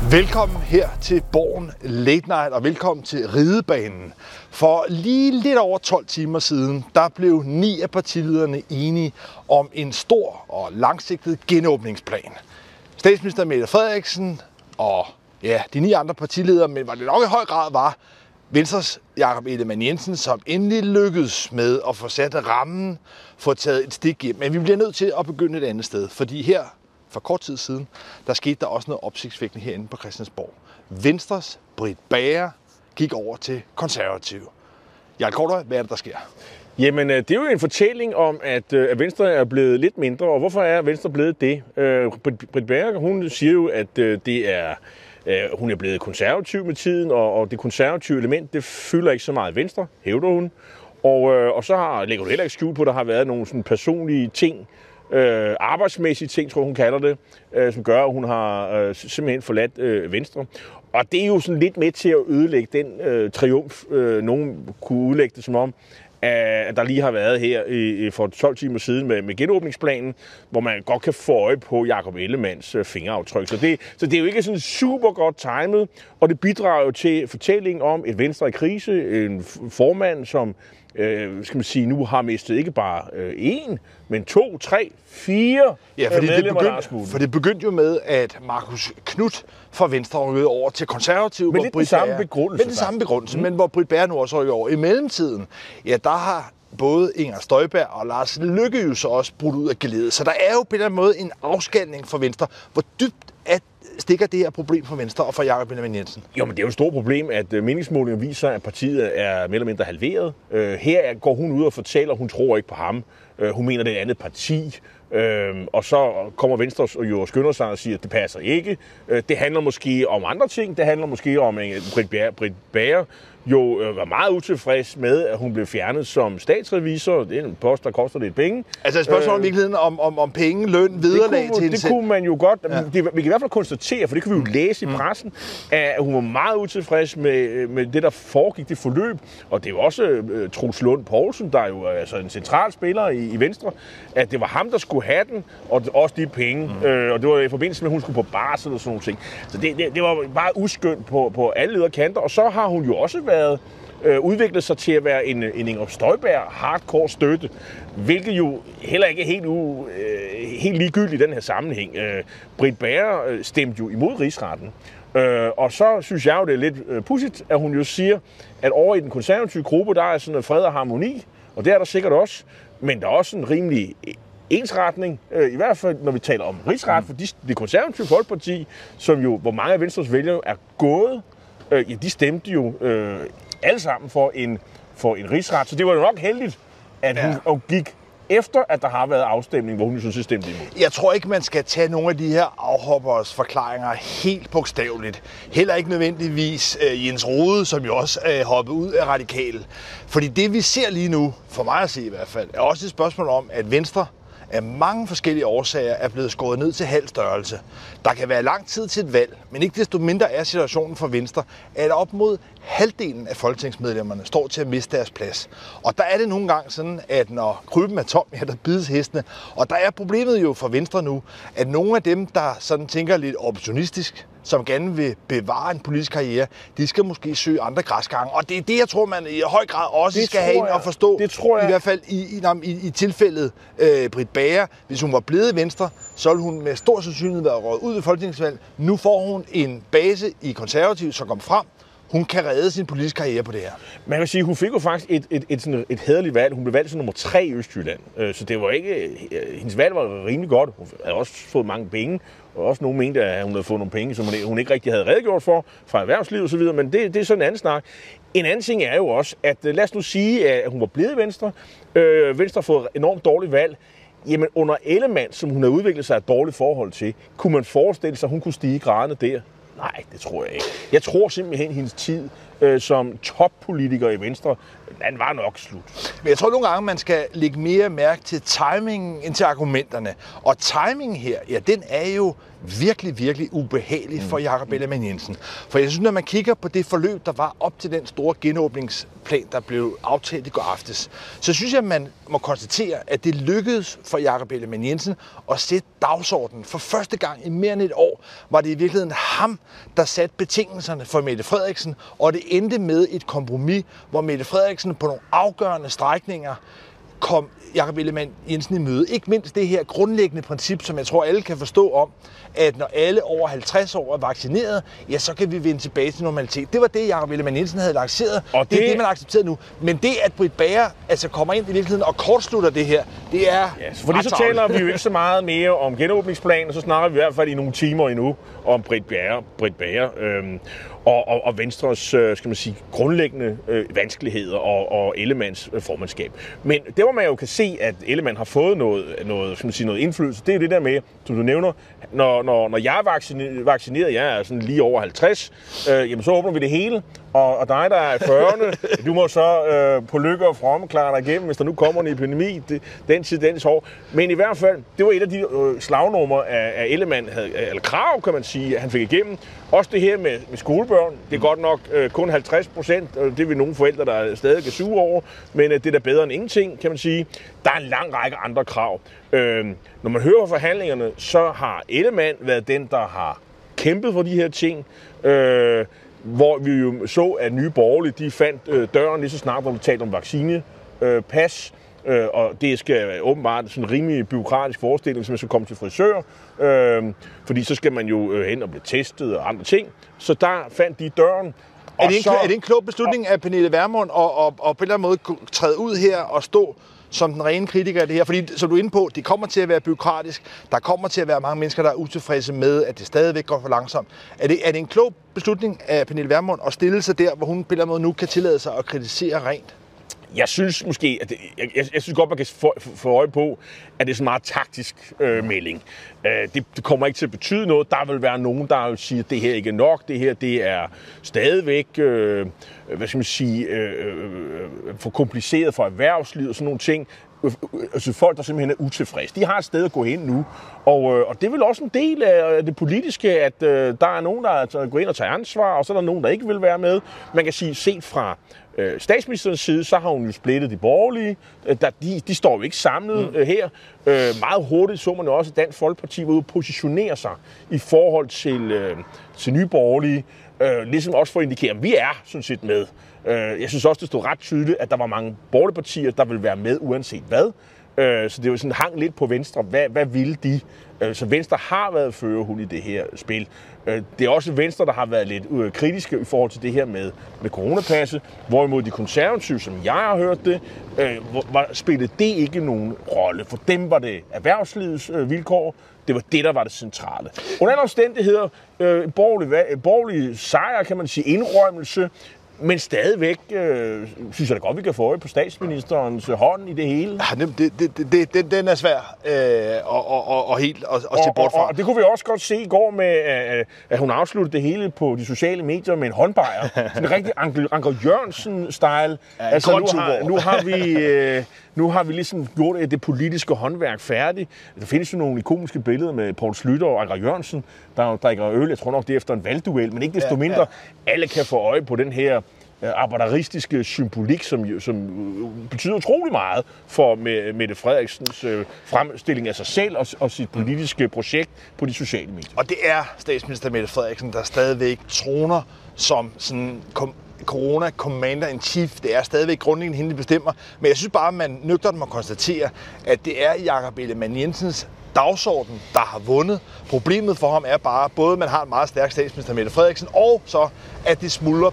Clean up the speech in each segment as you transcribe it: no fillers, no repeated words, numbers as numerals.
Velkommen her til Borgen Late Night, og velkommen til Ridebanen. For lige lidt over 12 timer siden, der blev 9 af partilederne enige om en stor og langsigtet genåbningsplan. Statsminister Mette Frederiksen og de 9 andre partiledere, men hvor det nok i høj grad var Venstres Jakob Ellemann-Jensen, som endelig lykkedes med at få sat rammen, få taget et stik hjem. Men vi bliver nødt til at begynde et andet sted, fordi her for kort tid siden, der skete der også noget opsigtsvækkende herinde på Christiansborg. Venstres Britt Bager gik over til Konservative. Jarl Corydon, hvad er det, der sker? Jamen, det er jo en fortælling om, at Venstre er blevet lidt mindre, og hvorfor er Venstre blevet det? Britt Bager, hun siger jo, at hun er blevet konservativ med tiden, og det konservative element, det fylder ikke så meget Venstre, hævder hun. Og så lægger du heller ikke skjul på, at der har været nogle sådan personlige ting, arbejdsmæssige ting, tror hun kalder det, som gør, at hun har simpelthen forladt Venstre. Og det er jo sådan lidt med til at ødelægge den triumf. Nogen kunne udlægge det som om, at der lige har været her for 12 timer siden med genåbningsplanen, hvor man godt kan få øje på Jakob Ellemanns fingeraftryk. Så det er jo ikke sådan super godt timet, og det bidrager jo til fortællingen om et Venstre i krise, en formand, som skal man sige, nu har mistet ikke bare 1, men 2, 3, 4 medlemmer. For det begyndte jo med, at Marcus Knuth fra Venstre rykkede over til Konservative. Med lidt den samme begrundelse. Men hvor Britt Bager nu også rykker over. I mellemtiden, der har både Inger Støjberg og Lars Løkke jo så også brudt ud af geledet. Så der er jo på den måde en afskalning for Venstre. Hvor dybt stikker det her problem for Venstre og for Jakob Ellemann-Jensen? Jo, men det er jo et stort problem, at meningsmålingen viser, at partiet er mere eller mindre halveret. Her går hun ud og fortæller, at hun tror ikke på ham. Hun mener, det er et andet parti. Og så kommer Venstre jo og skynder sig og siger, at det passer ikke. Det handler måske om andre ting. Det handler måske om, at Britt Bager jo var meget utilfreds med, at hun blev fjernet som statsrevisor. Det er en post, der koster lidt penge. Altså et spørgsmål om virkeligheden om penge, løn, vederlag til hende selv. Det kunne man jo godt. Ja. Vi kan i hvert fald konstatere, for det kan vi jo læse i pressen, at hun var meget utilfreds med det, der foregik, det forløb. Og det er jo også Troels Lund Poulsen, der er jo altså en central spiller i Venstre, at det var ham, der skulle have den, og også de penge. Og det var i forbindelse med, at hun skulle på barsel og sådan nogle ting. Så det var bare uskyndt på alle lederkanter. Og så har hun jo også været udviklet sig til at være en Inger Støjberg hardcore støtte, hvilket jo heller ikke er helt ligegyldigt i den her sammenhæng. Britt Bager stemte jo imod rigsretten, og så synes jeg jo, det er lidt pudsigt, at hun jo siger, at over i den konservative gruppe, der er sådan en fred og harmoni, og det er der sikkert også, men der er også en rimelig ensretning, i hvert fald når vi taler om rigsret, for det konservative folkeparti, som jo, hvor mange af Venstres vælgere er gået, de stemte jo alle sammen for en rigsret. Så det var jo nok heldigt, at hun gik efter, at der har været afstemning, hvor hun jo sådan set stemte imod. Jeg tror ikke, man skal tage nogle af de her afhoppers forklaringer helt bogstaveligt. Heller ikke nødvendigvis Jens Rohde, som jo også hoppet ud af Radikale. Fordi det, vi ser lige nu, for mig at se i hvert fald, er også et spørgsmål om, at Venstre af mange forskellige årsager er blevet skåret ned til halv størrelse. Der kan være lang tid til et valg, men ikke desto mindre er situationen for Venstre, at op mod halvdelen af folketingsmedlemmerne står til at miste deres plads. Og der er det nogle gange sådan, at når krybben er tom, der bides hestene. Og der er problemet jo for Venstre nu, at nogle af dem, der sådan tænker lidt opportunistisk, som gerne vil bevare en politisk karriere, de skal måske søge andre græsgange. Og det er det, jeg tror, man i høj grad også skal have ind og forstå. Det tror jeg. I hvert fald i tilfældet Britt Bager. Hvis hun var blevet i Venstre, så ville hun med stor sandsynlighed være røget ud ved folketingsvalg. Nu får hun en base i Konservative, som kom frem. Hun kan redde sin politiske karriere på det her. Man kan sige, hun fik jo faktisk et hæderligt valg. Hun blev valgt som nummer 3 i Østjylland. Så det var ikke... Hendes valg var rimelig godt. Hun havde også fået mange penge. Og også nogen mente, at hun havde fået nogle penge, som hun ikke rigtig havde redegjort for fra erhvervslivet osv. Men det er sådan en anden snak. En anden ting er jo også, at lad os nu sige, at hun var blevet i Venstre. Venstre har fået et enormt dårligt valg. Jamen under Ellemann, som hun har udviklet sig et dårligt forhold til, kunne man forestille sig, at hun kunne stige graderne der? Nej, det tror jeg ikke. Jeg tror simpelthen, at hendes tid som toppolitiker i Venstre, den var nok slut. Men jeg tror nogle gange, man skal lægge mere mærke til timingen end til argumenterne. Og timingen her, ja, den er jo virkelig, virkelig ubehagelig for Jakob Ellemann-Jensen. For jeg synes, når man kigger på det forløb, der var op til den store genåbningsplan, der blev aftalt i går aftes, så synes jeg, man må konstatere, at det lykkedes for Jakob Ellemann-Jensen at sætte dagsordenen. For første gang i mere end et år var det i virkeligheden ham, der satte betingelserne for Mette Frederiksen, og det endte med et kompromis, hvor Mette Frederiksen på nogle afgørende strækninger kom Jakob Ellemann-Jensen i møde. Ikke mindst det her grundlæggende princip, som jeg tror alle kan forstå om, at når alle over 50 år er vaccineret, ja, så kan vi vende tilbage til normalitet. Det var det, Jakob Ellemann-Jensen havde lanceret. Og det er det, man har accepteret nu. Men det, at Britt Bager altså kommer ind i virkeligheden og kortslutter det her, det er... Ja, fordi så taler vi jo ikke så meget mere om genåbningsplanen, så snakker vi i hvert fald i nogle timer endnu om Britt Bager og Venstres, skal man sige, grundlæggende vanskeligheder og Ellemanns formandskab. Men det, hvor man jo kan se, at Ellemann har fået noget indflydelse, det er det der med, som du nævner, når jeg er vaccineret, jeg er sådan lige over 50, jamen så åbner vi det hele, og dig, der er i 40'erne, du må så på lykke og fromme klare dig igennem, hvis der nu kommer en epidemi, den år. Men i hvert fald, det var et af de slagnumre af Ellemann, eller krav, kan man sige, han fik igennem. Også det her med skolebørn, det er godt nok kun 50%, det er vi nogle forældre, der stadig er sure over, men det er da bedre end ingenting, kan man sige. Der er en lang række andre krav. Når man hører forhandlingerne, så har Ellemann været den, der har kæmpet for de her ting, hvor vi jo så, at Nye Borgerlige, de fandt døren lige så snart, hvor vi talte om vaccinepas, og det skal åbenbart sådan en rimelig bureaukratisk forestilling, hvis man skal komme til frisør, fordi så skal man jo hen og blive testet og andre ting. Så der fandt de døren. Er det en klog beslutning af Pernille Vermund og på en eller anden måde træde ud her og stå som den rene kritiker af det her? Fordi, som du er inde på, det kommer til at være bureaukratisk. Der kommer til at være mange mennesker, der er utilfredse med, at det stadigvæk går for langsomt. Er det en klog beslutning af Pernille Vermund at stille sig der, hvor hun på en eller anden måde nu kan tillade sig at kritisere rent? Jeg synes måske, at jeg synes godt, man kan få øje på, at det er sådan en meget taktisk melding. Det kommer ikke til at betyde noget. Der vil være nogen, der vil sige, at det her ikke er nok. Det her, det er stadigvæk, for kompliceret for erhvervslivet og sådan nogle ting. Altså folk, der simpelthen er utilfredse. De har et sted at gå hen nu. Og det er vel også en del af det politiske, at der er nogen, der går ind og tager ansvar, og så er der nogen, der ikke vil være med. Man kan sige, set fra statsministerens side, så har hun jo splittet de borgerlige. De står jo ikke samlet her. Meget hurtigt så man jo også, at Dansk Folkeparti var ude at positionere sig i forhold til Nye Borgerlige. Ligesom også for at indikere, at vi er sådan set med. Jeg synes også, det stod ret tydeligt, at der var mange borgerlige partier, der ville være med uanset hvad. Så det var sådan hang lidt på Venstre. Hvad ville de? Så Venstre har været førerhund i det her spil. Det er også Venstre, der har været lidt kritiske i forhold til det her med coronapasset. Hvorimod de konservative, som jeg har hørt det, spillede det ikke nogen rolle. For dem var det erhvervslivets vilkår. Det var det, der var det centrale. Under andre omstændigheder, borgerlig sejr, kan man sige, indrømmelse. Men stadigvæk synes jeg da godt, vi kan få øje på statsministerens hånd i det hele. Ja, den er svær og helt at se bort fra. Og det kunne vi også godt se i går med, at hun afsluttede det hele på de sociale medier med en håndbejer. Sådan en rigtig Anker Jørgensen-style. Ja, altså, nu har vi ligesom gjort det politiske håndværk færdigt. Der findes jo nogle ikoniske billeder med Poul Schlüter og Anker Jørgensen, der drikker øl. Jeg tror nok, det er efter en valgduel, men ikke desto mindre. Alle kan få øje på den her arbejderistiske symbolik, som betyder utrolig meget for Mette Frederiksens fremstilling af sig selv og sit politiske projekt på de sociale medier. Og det er statsminister Mette Frederiksen, der stadigvæk troner som sådan corona commander-in-chief. Det er stadigvæk grundlæggende hende, der bestemmer. Men jeg synes bare, at man nøgternt må konstatere, at det er Jakob Ellemann-Jensens dagsorden, der har vundet. Problemet for ham er bare, både at man har en meget stærk statsminister Mette Frederiksen, og så at det smuldrer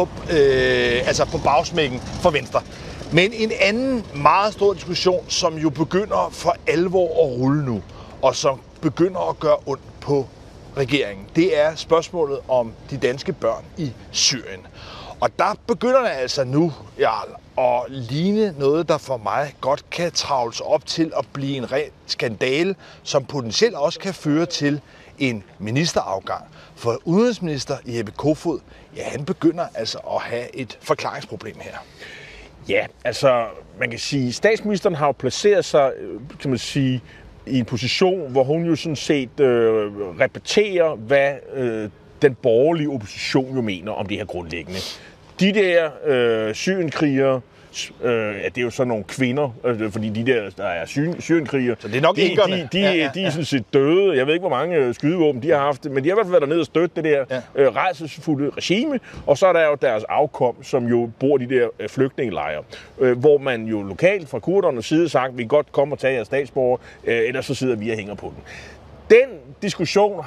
på bagsmækken for Venstre. Men en anden meget stor diskussion, som jo begynder for alvor at rulle nu, og som begynder at gøre ondt på regeringen, det er spørgsmålet om de danske børn i Syrien. Og der begynder det altså nu at ligne noget, der for mig godt kan travles op til at blive en ren skandale, som potentielt også kan føre til en ministerafgang. For udenrigsminister Jeppe Kofod, ja, han begynder altså at have et forklaringsproblem her. Ja, altså man kan sige, statsministeren har jo placeret sig, kan man sige, i en position, hvor hun jo sådan set repeterer, hvad den borgerlige opposition jo mener om det her grundlæggende. De der syrienkrigere, det er jo sådan nogle kvinder, fordi de der er syrienkrigere, så det er nok de er sådan set døde. Jeg ved ikke, hvor mange skydevåben de har haft, men de har i hvert fald været dernede og støtte det der rædselsfulde regime, og så er der jo deres afkom, som jo bor i de der flygtningelejre, hvor man jo lokalt fra kurdernes side sagt, vi kan godt komme og tage jeres statsborger, ellers så sidder vi og hænger på den. Den diskussion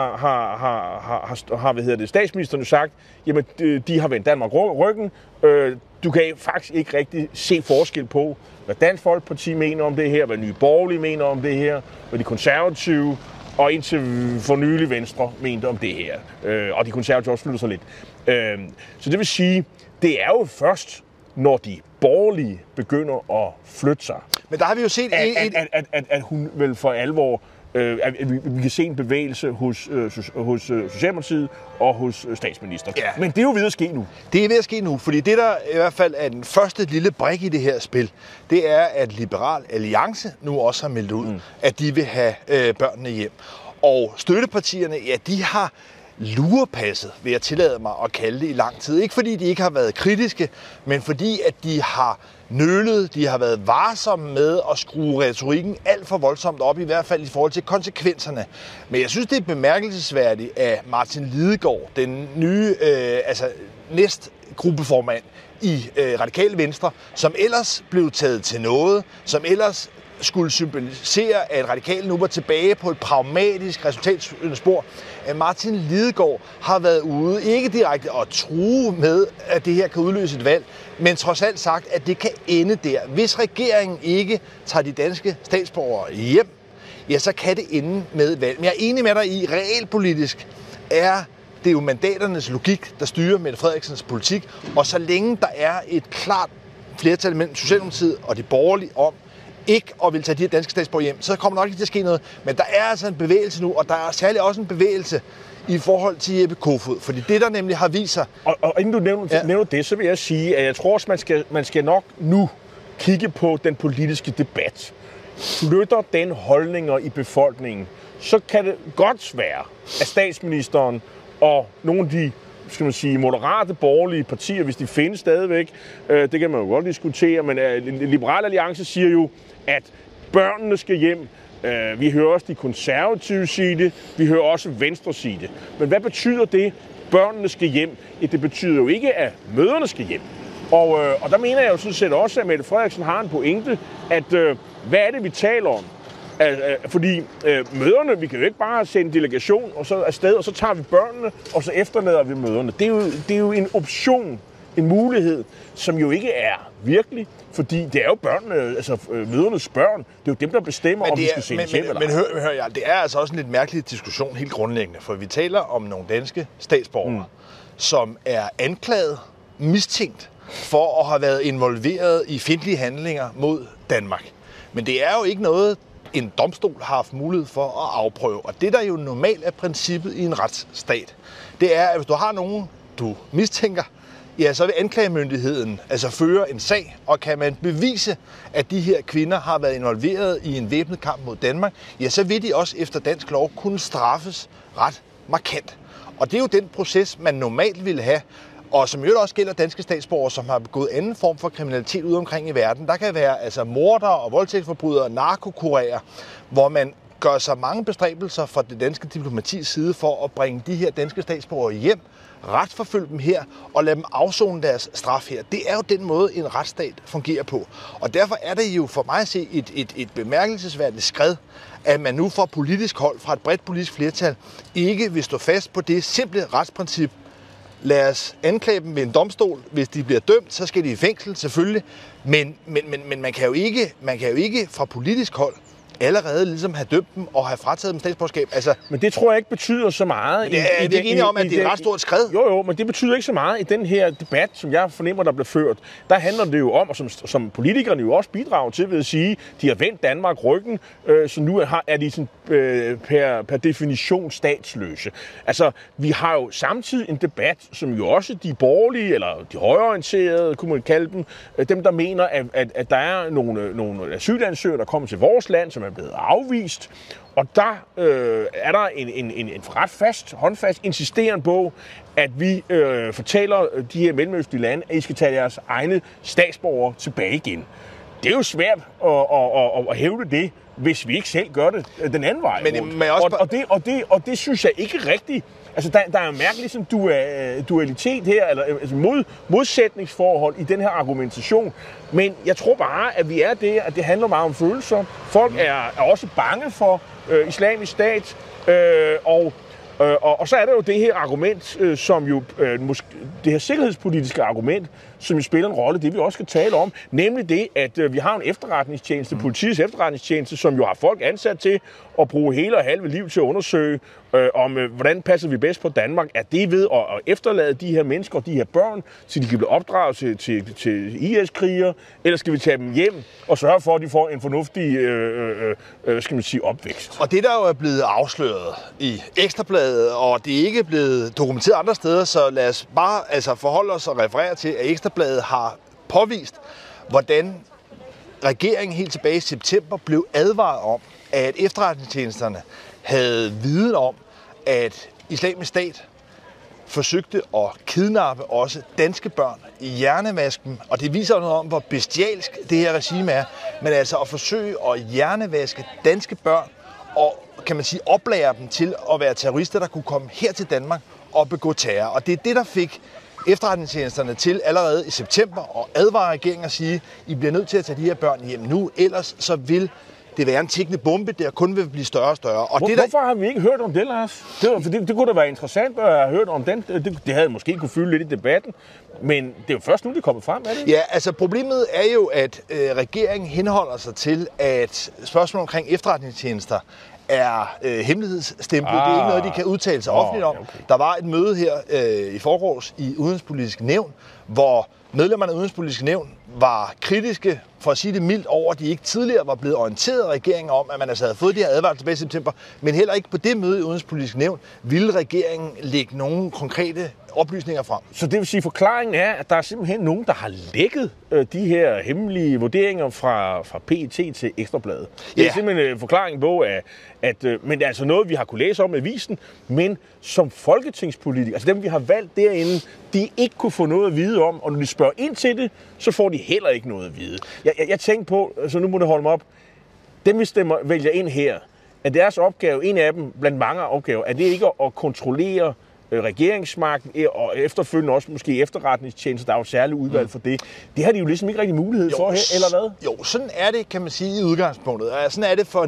har statsministeren jo sagt, jamen de har vendt Danmark ryggen. Du kan faktisk ikke rigtig se forskel på, hvad Dansk Folkeparti mener om det her, hvad Nye Borgerlige mener om det her, hvad de konservative og indtil for nylig Venstre mente om det her. Og de konservative også flytter sig lidt. Så det vil sige, det er jo først, når de borgerlige begynder at flytte sig, men der har vi jo set at hun vel for alvor vi kan se en bevægelse hos Socialdemokratiet og hos statsministeren. Ja. Men det er jo ved at ske nu. Det er ved at ske nu, fordi det, der i hvert fald er den første lille brik i det her spil, det er, at Liberal Alliance nu også har meldt ud, at de vil have børnene hjem. Og støttepartierne, ja, de har lurepasset, vil jeg tillade mig at kalde det, i lang tid. Ikke fordi de ikke har været kritiske, men fordi at de har nølet, de har været varsomme med at skrue retorikken alt for voldsomt op, i hvert fald i forhold til konsekvenserne. Men jeg synes, det er bemærkelsesværdigt, at Martin Lidegaard, den nye næstgruppeformand i Radikale Venstre, som ellers blev taget til noget, som ellers skulle symbolisere, at Radikale nu var tilbage på et pragmatisk resultatspor. Martin Lidegaard har været ude, ikke direkte at true med, at det her kan udløse et valg, men trods alt sagt, at det kan ende der. Hvis regeringen ikke tager de danske statsborgere hjem, ja, så kan det ende med valg. Men jeg er enig med dig i, realpolitisk er det jo mandaternes logik, der styrer Mette Frederiksens politik, og så længe der er et klart flertal mellem Socialdemokratiet og de borgerlige om, ikke og vil tage de her danske statsborgere hjem, så kommer nok ikke til at ske noget. Men der er altså en bevægelse nu, og der er særligt også en bevægelse i forhold til Jeppe Kofod. Fordi det, der nemlig har vist sig... Og inden du nævner det, så vil jeg sige, at jeg tror også, man skal nok nu kigge på den politiske debat. Flytter den holdninger i befolkningen, så kan det godt være, at statsministeren og nogle af de, skal man sige, moderate borgerlige partier, hvis de findes stadigvæk, det kan man jo godt diskutere, men Liberal Alliance siger jo, at børnene skal hjem. Vi hører også de konservative sige det, vi hører også Venstre sige det. Men hvad betyder det, børnene skal hjem? Det betyder jo ikke, at mødrene skal hjem. Og der mener jeg jo sådan set også, at Mette Frederiksen har en pointe, at hvad er det, vi taler om? Fordi mødrene, vi kan jo ikke bare sende en delegation og så afsted, og så tager vi børnene, og så efterlader vi mødrene. Det er jo en option, en mulighed, som jo ikke er virkelig, fordi det er jo børnene, altså mødrenes børn, det er jo dem, der bestemmer, om de skal sendes hjem eller ej. Men hør, ja, det er altså også en lidt mærkelig diskussion, helt grundlæggende, for vi taler om nogle danske statsborgere, som er anklaget, mistænkt for at have været involveret i fjendtlige handlinger mod Danmark. Men det er jo ikke noget, en domstol har haft mulighed for at afprøve. Og det, der jo normalt er princippet i en retsstat, det er, at hvis du har nogen, du mistænker, ja, så vil anklagemyndigheden altså føre en sag, og kan man bevise, at de her kvinder har været involveret i en væbnet kamp mod Danmark, ja, så vil de også efter dansk lov kunne straffes ret markant. Og det er jo den proces, man normalt ville have, og som jo også gælder danske statsborgere, som har begået anden form for kriminalitet ude omkring i verden. Der kan være altså mordere og voldtægtsforbrydere, narkokurerer, hvor man gør sig mange bestræbelser fra det danske diplomatis side for at bringe de her danske statsborgere hjem, retsforfølge dem her og lade dem afzone deres straf her. Det er jo den måde, en retsstat fungerer på. Og derfor er det jo for mig at se et bemærkelsesværdigt skred, at man nu fra politisk hold, fra et bredt politisk flertal, ikke vil stå fast på det simple retsprincip. Lad os anklage dem ved en domstol. Hvis de bliver dømt, så skal de i fængsel, selvfølgelig. Men man kan jo ikke fra politisk hold allerede ligesom have dømt dem og have frataget dem statsborgerskab. Altså, men det tror jeg ikke betyder så meget. Det er ikke enige om, at det er et ret stort skred? Jo, men det betyder ikke så meget i den her debat, som jeg fornemmer, der bliver ført. Der handler det jo om, og som politikerne jo også bidrager til, ved at sige, de har vendt Danmark ryggen, så nu er de sådan, per definition statsløse. Altså, vi har jo samtidig en debat, som jo også de borgerlige, eller de højreorienterede, kunne man kalde dem der mener, at der er nogle asylansøgere, der kommer til vores land, som er blevet afvist. Og der er der en ret håndfast insisteren på, at vi fortæller de her mellemøstlige lande, at I skal tage jeres egne statsborgere tilbage igen. Det er jo svært at hævde det, hvis vi ikke selv gør det den anden vej. Og det synes jeg ikke rigtigt. Altså, der er en mærkelig sådan, dualitet her, eller altså modsætningsforhold i den her argumentation. Men jeg tror bare, at vi er der, at det handler meget om følelser. Folk er også bange for islamisk stat, og så er der jo det her argument, som jo det her sikkerhedspolitiske argument, som jo spiller en rolle, det vi også skal tale om, nemlig det, at vi har en efterretningstjeneste, politiets efterretningstjeneste, som jo har folk ansat til at bruge hele og halve liv til at undersøge, hvordan passer vi bedst på Danmark. Er det ved at efterlade de her mennesker, de her børn, så de kan blive opdraget til IS-krigere, eller skal vi tage dem hjem og sørge for, at de får en fornuftig skal man sige, opvækst? Og det, der jo er blevet afsløret i Ekstrabladet, og det er ikke blevet dokumenteret andre steder, så lad os bare forholde os og referere til, at Ekstrabladet har påvist, hvordan regeringen helt tilbage i september blev advaret om, at efterretningstjenesterne havde viden om, at Islamisk Stat forsøgte at kidnappe også danske børn, hjernevaske dem, og det viser noget om, hvor bestialsk det her regime er, men altså at forsøge at hjernevaske danske børn og, kan man sige, oplære dem til at være terrorister, der kunne komme her til Danmark og begå terror. Og det er det, der fik efterretningstjenesterne til allerede i september at advare regeringen og sige, I bliver nødt til at tage de her børn hjem nu, ellers så vil det være en tikkende bombe, der kun vil blive større og større. Og hvorfor har vi ikke hørt om det, Lars? Det kunne da være interessant at have hørt om den. Det havde måske kunne fylde lidt i debatten, men det er jo først nu, det er kommet frem, er det? Ja, altså problemet er jo, at regeringen henholder sig til, at spørgsmål omkring efterretningstjenester er hemmelighedsstemplet. Det er ikke noget, de kan udtale sig offentligt om. Okay. Der var et møde her i forgårs i Udenrigspolitisk Nævn, hvor medlemmerne af Udenrigspolitisk Nævn var kritiske, for at sige det mildt, over, at de ikke tidligere var blevet orienteret af regeringen om, at man altså havde fået de her advarsler tilbage i september, men heller ikke på det møde i Udenrigspolitisk Nævn ville regeringen lægge nogle konkrete oplysninger frem. Så det vil sige, at forklaringen er, at der er simpelthen nogen, der har lækket de her hemmelige vurderinger fra PET til Ekstrabladet. Det er simpelthen forklaringen på, men det er altså noget, vi har kunne læse om i avisen, men som folketingspolitikere, altså dem, vi har valgt derinde, de ikke kunne få noget at vide om, og når de spørger ind til det, så får de heller ikke noget at vide. Jeg tænker på, så nu må det holde mig op, dem vi vælger ind her, er deres opgave, en af dem blandt mange opgaver, er det ikke at kontrollere regeringsmagten og efterfølgende også måske efterretningstjenester, der er jo særligt udvalg for det. Det har de jo ligesom ikke rigtig mulighed for her, eller hvad? Jo, sådan er det, kan man sige, i udgangspunktet. Sådan er det for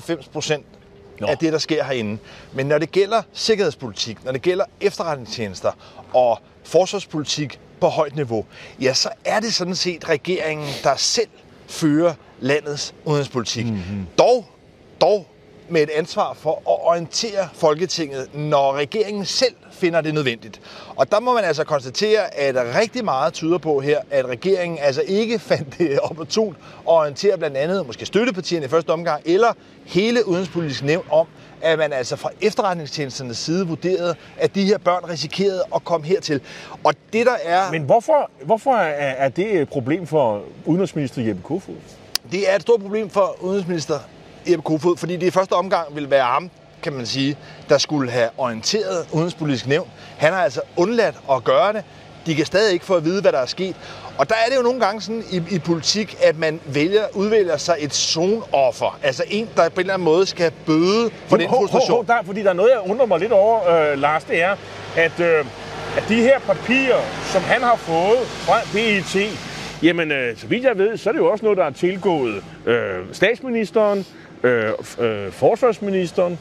99% af det, der sker herinde. Men når det gælder sikkerhedspolitik, når det gælder efterretningstjenester og forsvarspolitik på højt niveau, ja, så er det sådan set regeringen, der selv fører landets udenrigspolitik. Mm-hmm. Dog med et ansvar for at orientere Folketinget, når regeringen selv finder det nødvendigt. Og der må man altså konstatere, at rigtig meget tyder på her, at regeringen altså ikke fandt det opportunt at orientere blandt andet måske støttepartierne i første omgang, eller hele Udenrigspolitisk Nævn om, at man altså fra efterretningstjenesternes side vurderede, at de her børn risikerede at komme hertil. Og det der er... Men hvorfor er det et problem for udenrigsminister Jeppe Kofod? Det er et stort problem for udenrigsminister Jeppe Kofod, fordi det i første omgang vil være ham, kan man sige, der skulle have orienteret Udenrigspolitisk Nævn. Han har altså undladt at gøre det. De kan stadig ikke få at vide, hvad der er sket. Og der er det jo nogle gange sådan i politik, at man udvælger sig et zonoffer. Altså en, der på en eller anden måde skal bøde for den frustration. Fordi der er noget, jeg undrer mig lidt over, Lars, det er, at de her papirer, som han har fået fra PET, jamen, så vidt jeg ved, så er det jo også noget, der er tilgået statsministeren, forsvarsministeren,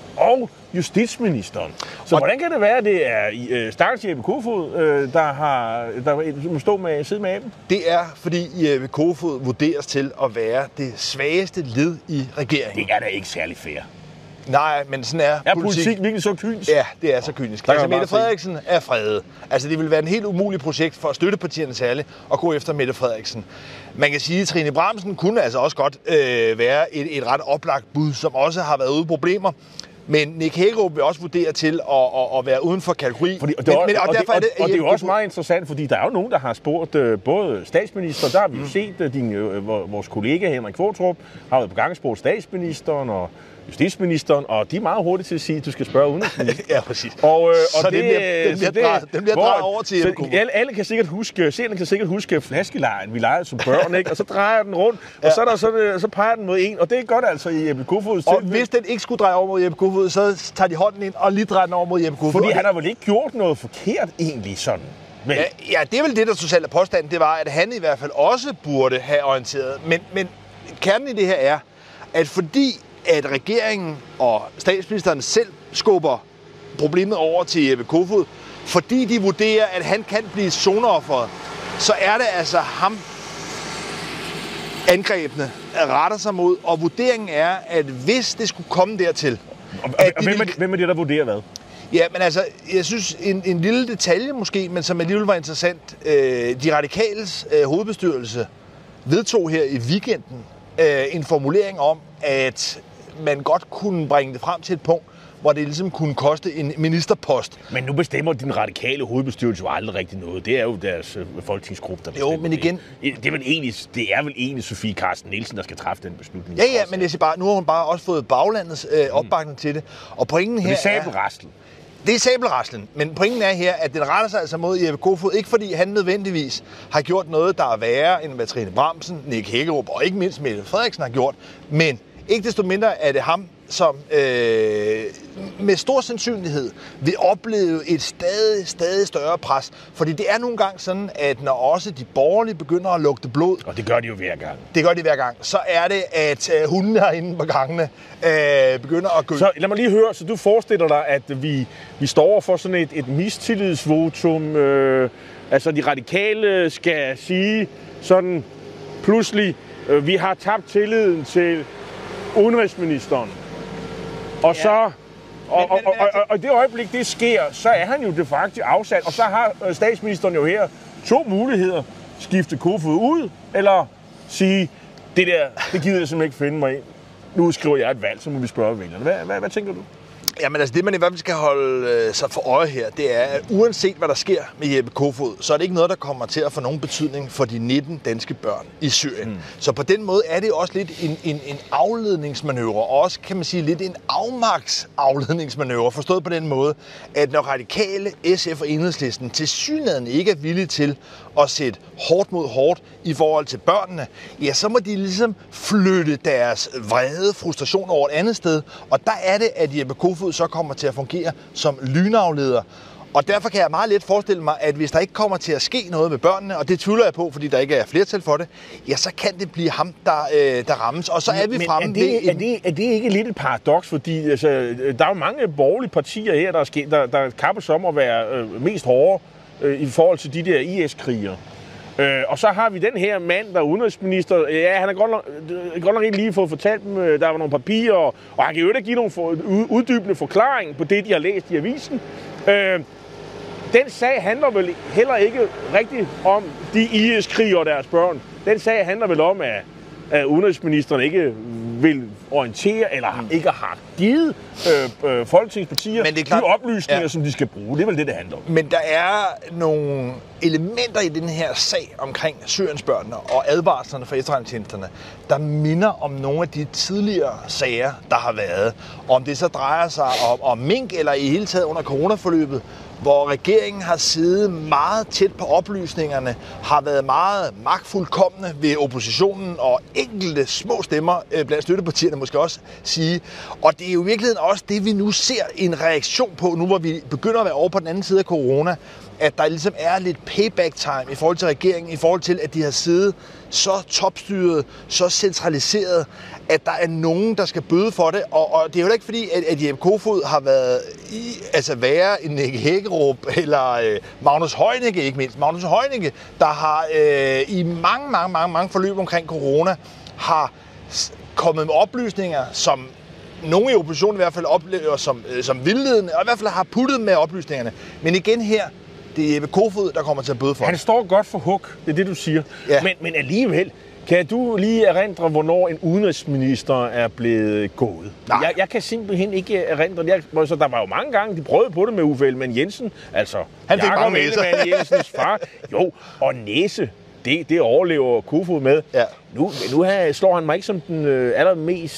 og justitsministeren. Så hvordan kan det være, at det er stakkels Jeppe Kofod, der må sidde med aben? Det er, fordi Jeppe Kofod vurderes til at være det svageste led i regeringen. Det er da ikke særlig fair. Nej, men sådan er politik virkelig så kynisk? Ja, det er så kynisk. Altså, Mette Frederiksen er fredet. Altså, det ville være en helt umulig projekt for støttepartierne særligt at gå efter Mette Frederiksen. Man kan sige, at Trine Bramsen kunne altså også godt være et ret oplagt bud, som også har været ude i problemer. Men Nick Hækkerup vil også vurdere til at være uden for kategori. Og det er jo også meget interessant, fordi der er jo nogen, der har spurgt både statsminister, der har vi jo set vores kollega Henrik Qvortrup har været på gang og spurgt statsministeren og justitsministeren, og de er meget hurtige til at sige, at du skal spørge udenrigsministeren. Ja, præcis. Så den bliver drejet over til Jeppe Kofod. Alle kan sikkert huske flaskelejen, vi legede som børn, ikke? Og så drejer den rundt, og så peger den mod en, og det er godt altså i Jeppe Kofods tilfælde. Og hvis den ikke skulle dreje over mod Jeppe Kofod, så tager de hånden ind og lige drejer den over mod Jeppe Kofod. Fordi han har vel ikke gjort noget forkert egentlig sådan? Ja, det er vel det, der totalt er påstanden, det var, at han i hvert fald også burde have orienteret. Men kernen i det her er, at fordi at regeringen og statsministeren selv skubber problemet over til Jeppe Kofod, fordi de vurderer, at han kan blive zoneofferet, så er det altså ham, angrebene retter sig mod, og vurderingen er, at hvis det skulle komme dertil... Hvem er det, der vurderer hvad? Ja, men altså, jeg synes, en lille detalje måske, men som alligevel var interessant, de radikales hovedbestyrelse vedtog her i weekenden en formulering om, at man godt kunne bringe det frem til et punkt, hvor det ligesom kunne koste en ministerpost. Men nu bestemmer den radikale hovedbestyrelse jo aldrig rigtig noget. Det er jo deres folketingsgruppe, der bestemmer. Jo, men igen... Det er vel egentlig Sofie Carsten Nielsen, der skal træffe den beslutning. Ja, men jeg siger bare, nu har hun bare også fået baglandets opbakning til det. Og pointen her det er sabelraslen. Det er sabelraslen, men pointen er her, at den retter sig altså mod Jeppe Kofod, ikke fordi han nødvendigvis har gjort noget, der er værre end hvad Trine Bramsen, Nick Hækkerup og ikke mindst Mette Frederiksen har gjort, men ikke desto mindre er det ham, som med stor sandsynlighed vil opleve et stadig større pres. Fordi det er nogle gange sådan, at når også de borgerlige begynder at lugte blod... Og det gør de jo hver gang. Det gør de hver gang. Så er det, at hundene herinde på gangene begynder at gø. Så lad mig lige høre, så du forestiller dig, at vi står for sådan et mistillidsvotum. Altså de radikale skal sige sådan pludselig, vi har tabt tilliden til udenrigsministeren. Og så og i det øjeblik, det sker, så er han jo de facto afsat. Og så har statsministeren jo her 2 muligheder. Skifte Kofod ud, eller sige, det gider jeg simpelthen ikke finde mig i. Nu skriver jeg et valg, så må vi spørge vælgerne. Hvad tænker du? Jamen altså det, man i hvert fald skal holde sig for øje her, det er, at uanset hvad der sker med Jeppe Kofod, så er det ikke noget, der kommer til at få nogen betydning for de 19 danske børn i Syrien. Så på den måde er det også lidt en afledningsmanøvre, og også kan man sige lidt en afmagtsafledningsmanøvre, forstået på den måde, at når radikale, SF og Enhedslisten tilsyneladende ikke er villige til at sætte hårdt mod hårdt i forhold til børnene, ja, så må de ligesom flytte deres vrede, frustration over et andet sted, og der er det, at Jeppe Kofod så kommer til at fungere som lynafleder. Og derfor kan jeg meget let forestille mig, at hvis der ikke kommer til at ske noget med børnene, og det tvivler jeg på, fordi der ikke er flertal for det, ja, så kan det blive ham, der rammes. Og så er vi fremme ved... Er det ikke lidt et paradoks? Fordi altså, der er jo mange borgerlige partier her, der kappes om at være mest hårde i forhold til de der IS-krigere. Og så har vi den her mand, der er udenrigsminister. Ja, han har godt nok ikke lige fået fortalt dem, der var nogle papirer, og han kan jo ikke give nogle uddybende forklaring på det, de har læst i avisen. Den sag handler vel heller ikke rigtigt om de IS-krigere og deres børn. Den sag handler vel om, at udenrigsministeren ikke vil orientere, eller ikke har givet folketingspartier de oplysninger, som de skal bruge. Det er vel det handler om. Men der er nogle elementer i den her sag omkring Syriensbørnene og advarslerne fra efterretningstjenesterne, der minder om nogle af de tidligere sager, der har været. Om det så drejer sig om mink, eller i hele taget under coronaforløbet, hvor regeringen har siddet meget tæt på oplysningerne, har været meget magtfuldkomne ved oppositionen og enkelte små stemmer blandt støttepartierne måske også sige. Og det er jo i virkeligheden også det, vi nu ser en reaktion på, nu hvor vi begynder at være over på den anden side af corona, at der ligesom er lidt payback time i forhold til regeringen, i forhold til, at de har siddet så topstyret, så centraliseret, at der er nogen, der skal bøde for det. Og det er jo ikke fordi, at Jeppe Kofod har været værre end Nick Hækkerup, eller Magnus Heunicke ikke mindst. Magnus Heunicke, der har i mange forløb omkring corona, har kommet med oplysninger, som nogle i oppositionen i hvert fald oplever som vildledende, og i hvert fald har puttet med oplysningerne. Men igen her, det er Jeppe Kofod, der kommer til at bøde for. Han står godt for hug, det er det, du siger. Ja. Men alligevel, kan du lige erindre, hvornår en udenrigsminister er blevet gået? Jeg kan simpelthen ikke erindre. Så der var jo mange gange, de prøvede på det med Uffe Ellemann-Jensen. Altså, han fik mange næser. Jensens far. Jo, og næse. Det overlever Kofod med. Ja. Nu slår han mig ikke som den allermest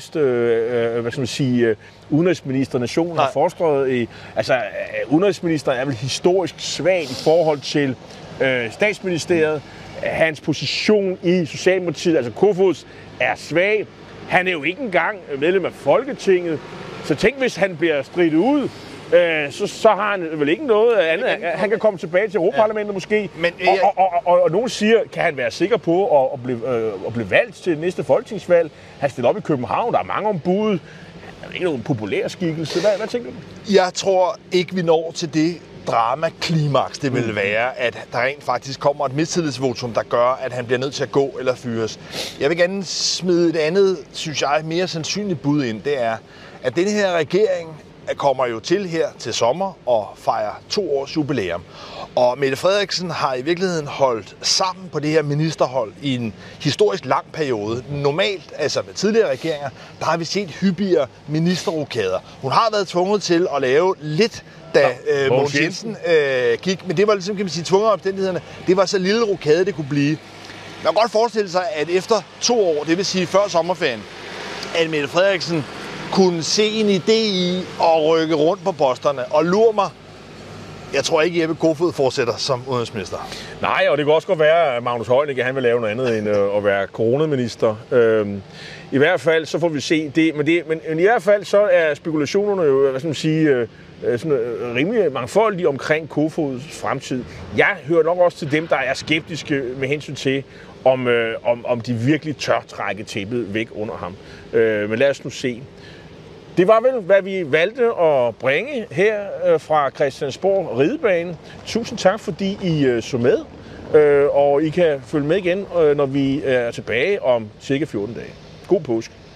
stærkeste udenrigsminister nationen har forestået i. Altså, udenrigsministeren er vel historisk svag i forhold til statsministeriet. Hans position i Socialdemokratiet, altså Kofods, er svag. Han er jo ikke engang medlem af Folketinget. Så tænk, hvis han bliver stridt ud, så har han vel ikke noget andet. Han kan komme tilbage til Europaparlamentet måske. Men, og nogen siger, kan han være sikker på at blive valgt til næste folketingsvalg? Han stiller op i København, der er mange ombud. Han er ikke nogen populær skikkelse. Hvad tænker du? Jeg tror ikke, vi når til det drama-klimaks, det vil være, at der rent faktisk kommer et mistillidsvotum, der gør, at han bliver nødt til at gå eller fyres. Jeg vil gerne smide et andet, synes jeg, mere sandsynligt bud ind. Det er, at denne her regering kommer jo til her til sommer og fejrer 2 års jubilæum. Og Mette Frederiksen har i virkeligheden holdt sammen på det her ministerhold i en historisk lang periode. Normalt, altså med tidligere regeringer, der har vi set hyppigere ministerrokader. Hun har været tvunget til at lave lidt, da Mogens Jensen gik, men det var ligesom, kan man sige, tvunget af omstændighederne. Det var så lille rokade, det kunne blive. Man kan godt forestille sig, at efter 2 år, det vil sige før sommerferien, at Mette Frederiksen kunne se en idé i at rykke rundt på posterne. Og lur mig, jeg tror ikke, Jeppe Kofod fortsætter som udenrigsminister. Nej, og det kan også godt være, at Magnus Heunicke, han vil lave noget andet end at være coronaminister. I hvert fald, så får vi se det. Men i hvert fald, så er spekulationerne jo, hvad skal man sige, sådan rimelig mangfoldige omkring Kofods fremtid. Jeg hører nok også til dem, der er skeptiske med hensyn til, om de virkelig tør trække tæppet væk under ham. Men lad os nu se. Det var vel, hvad vi valgte at bringe her fra Christiansborg Ridebane. Tusind tak, fordi I så med, og I kan følge med igen, når vi er tilbage om cirka 14 dage. God påske.